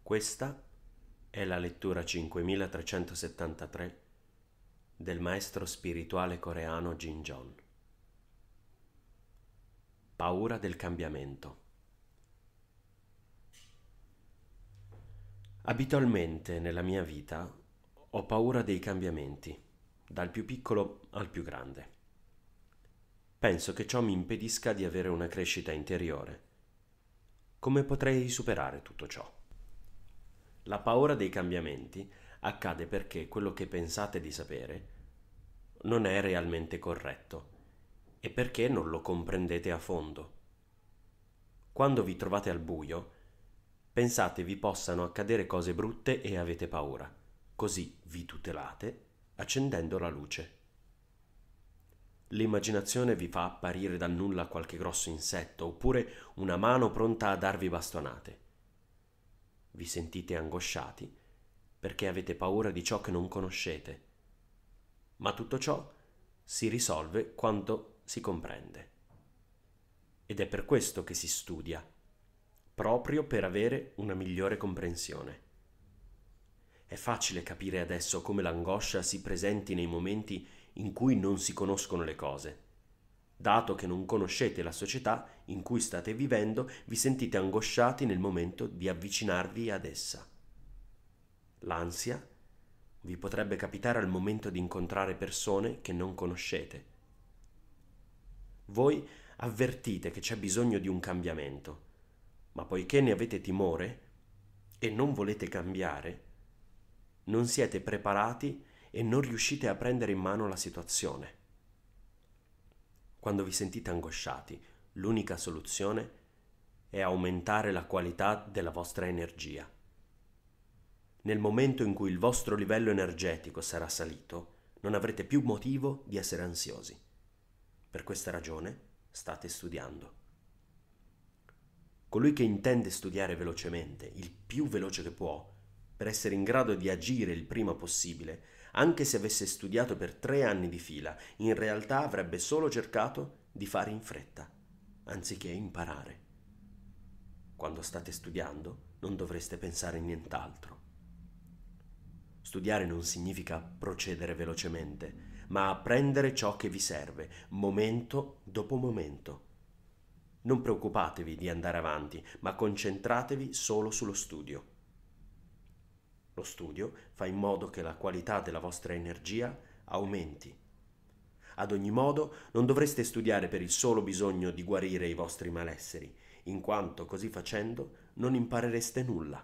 Questa è la lettura 5373 del maestro spirituale coreano Jin John. Paura del cambiamento. Abitualmente nella mia vita ho paura dei cambiamenti, dal più piccolo al più grande. Penso che ciò mi impedisca di avere una crescita interiore. Come potrei superare tutto ciò? La paura dei cambiamenti accade perché quello che pensate di sapere non è realmente corretto e perché non lo comprendete a fondo. Quando vi trovate al buio, pensate vi possano accadere cose brutte e avete paura, così vi tutelate accendendo la luce. L'immaginazione vi fa apparire dal nulla qualche grosso insetto oppure una mano pronta a darvi bastonate. Vi sentite angosciati perché avete paura di ciò che non conoscete, ma tutto ciò si risolve quando si comprende. Ed è per questo che si studia, proprio per avere una migliore comprensione. È facile capire adesso come l'angoscia si presenti nei momenti in cui non si conoscono le cose. Dato che non conoscete la società in cui state vivendo, vi sentite angosciati nel momento di avvicinarvi ad essa. L'ansia vi potrebbe capitare al momento di incontrare persone che non conoscete. Voi avvertite che c'è bisogno di un cambiamento, ma poiché ne avete timore e non volete cambiare, non siete preparati e non riuscite a prendere in mano la situazione. Quando vi sentite angosciati, l'unica soluzione è aumentare la qualità della vostra energia. Nel momento in cui il vostro livello energetico sarà salito, non avrete più motivo di essere ansiosi. Per questa ragione state studiando. Colui che intende studiare velocemente, il più veloce che può, per essere in grado di agire il prima possibile, anche se avesse studiato per 3 anni di fila, in realtà avrebbe solo cercato di fare in fretta, anziché imparare. Quando state studiando, non dovreste pensare a nient'altro. Studiare non significa procedere velocemente, ma apprendere ciò che vi serve, momento dopo momento. Non preoccupatevi di andare avanti, ma concentratevi solo sullo studio. Lo studio fa in modo che la qualità della vostra energia aumenti. Ad ogni modo, non dovreste studiare per il solo bisogno di guarire i vostri malesseri, in quanto così facendo non imparereste nulla.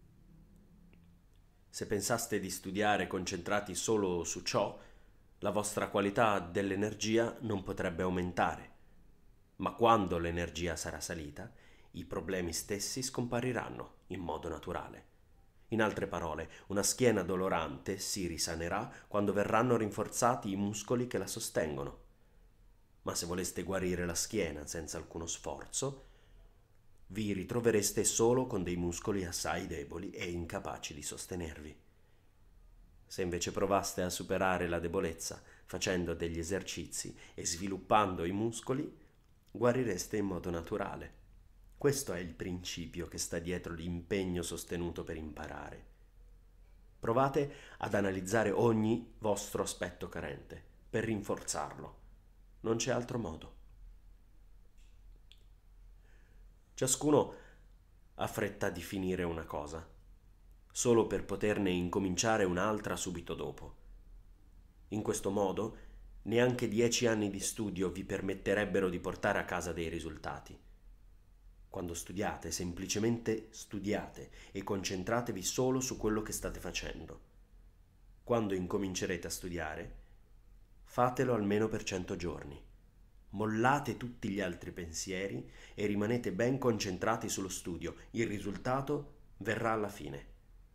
Se pensaste di studiare concentrati solo su ciò, la vostra qualità dell'energia non potrebbe aumentare. Ma quando l'energia sarà salita, i problemi stessi scompariranno in modo naturale. In altre parole, una schiena dolorante si risanerà quando verranno rinforzati i muscoli che la sostengono. Ma se voleste guarire la schiena senza alcuno sforzo, vi ritrovereste solo con dei muscoli assai deboli e incapaci di sostenervi. Se invece provaste a superare la debolezza facendo degli esercizi e sviluppando i muscoli, guarireste in modo naturale. Questo è il principio che sta dietro l'impegno sostenuto per imparare. Provate ad analizzare ogni vostro aspetto carente per rinforzarlo. Non c'è altro modo. Ciascuno ha fretta di finire una cosa, solo per poterne incominciare un'altra subito dopo. In questo modo, neanche 10 anni di studio vi permetterebbero di portare a casa dei risultati. Quando studiate, semplicemente studiate e concentratevi solo su quello che state facendo. Quando incomincerete a studiare, fatelo almeno per 100 giorni. Mollate tutti gli altri pensieri e rimanete ben concentrati sullo studio. Il risultato verrà alla fine.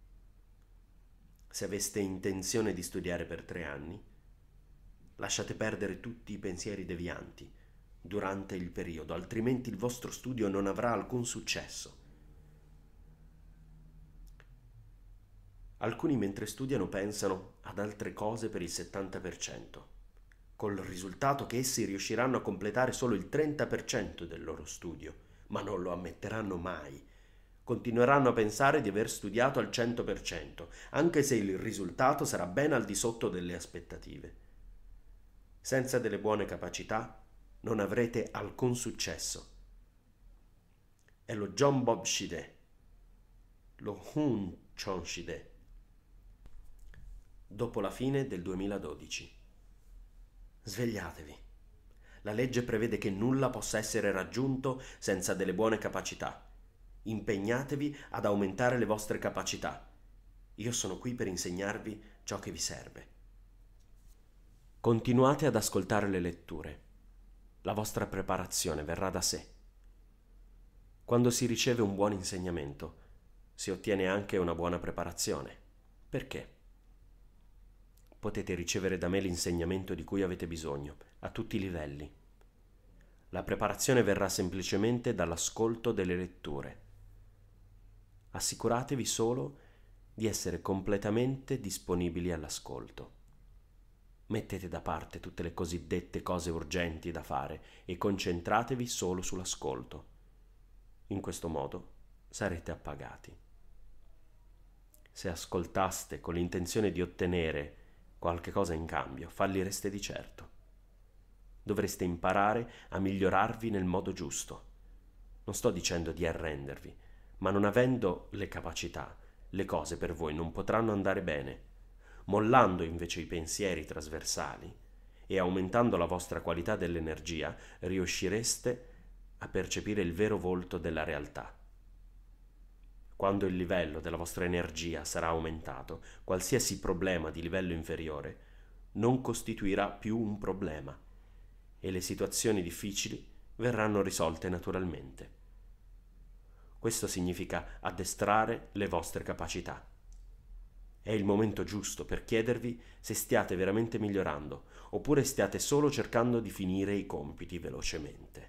Se aveste intenzione di studiare per 3 anni, lasciate perdere tutti i pensieri devianti durante il periodo, altrimenti il vostro studio non avrà alcun successo. Alcuni mentre studiano pensano ad altre cose per il 70%, col risultato che essi riusciranno a completare solo il 30% del loro studio, ma non lo ammetteranno mai. Continueranno a pensare di aver studiato al 100%, anche se il risultato sarà ben al di sotto delle aspettative. Senza delle buone capacità non avrete alcun successo. È lo John Bob Shide, lo Hun Chon Shide, dopo la fine del 2012. Svegliatevi. La legge prevede che nulla possa essere raggiunto senza delle buone capacità. Impegnatevi ad aumentare le vostre capacità. Io sono qui per insegnarvi ciò che vi serve. Continuate ad ascoltare le letture. La vostra preparazione verrà da sé. Quando si riceve un buon insegnamento, si ottiene anche una buona preparazione. Perché? Potete ricevere da me l'insegnamento di cui avete bisogno, a tutti i livelli. La preparazione verrà semplicemente dall'ascolto delle letture. Assicuratevi solo di essere completamente disponibili all'ascolto. Mettete da parte tutte le cosiddette cose urgenti da fare e concentratevi solo sull'ascolto. In questo modo sarete appagati. Se ascoltaste con l'intenzione di ottenere qualche cosa in cambio, fallireste di certo. Dovreste imparare a migliorarvi nel modo giusto. Non sto dicendo di arrendervi, ma non avendo le capacità, le cose per voi non potranno andare bene. Mollando invece i pensieri trasversali e aumentando la vostra qualità dell'energia, riuscireste a percepire il vero volto della realtà. Quando il livello della vostra energia sarà aumentato, qualsiasi problema di livello inferiore non costituirà più un problema e le situazioni difficili verranno risolte naturalmente. Questo significa addestrare le vostre capacità. È il momento giusto per chiedervi se stiate veramente migliorando oppure stiate solo cercando di finire i compiti velocemente.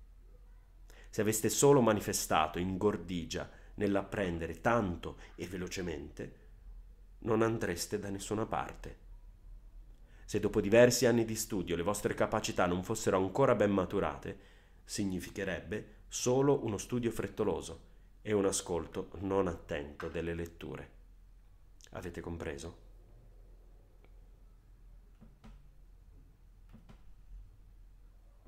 Se aveste solo manifestato ingordigia nell'apprendere tanto e velocemente, non andreste da nessuna parte. Se dopo diversi anni di studio le vostre capacità non fossero ancora ben maturate, significherebbe solo uno studio frettoloso e un ascolto non attento delle letture. Avete compreso?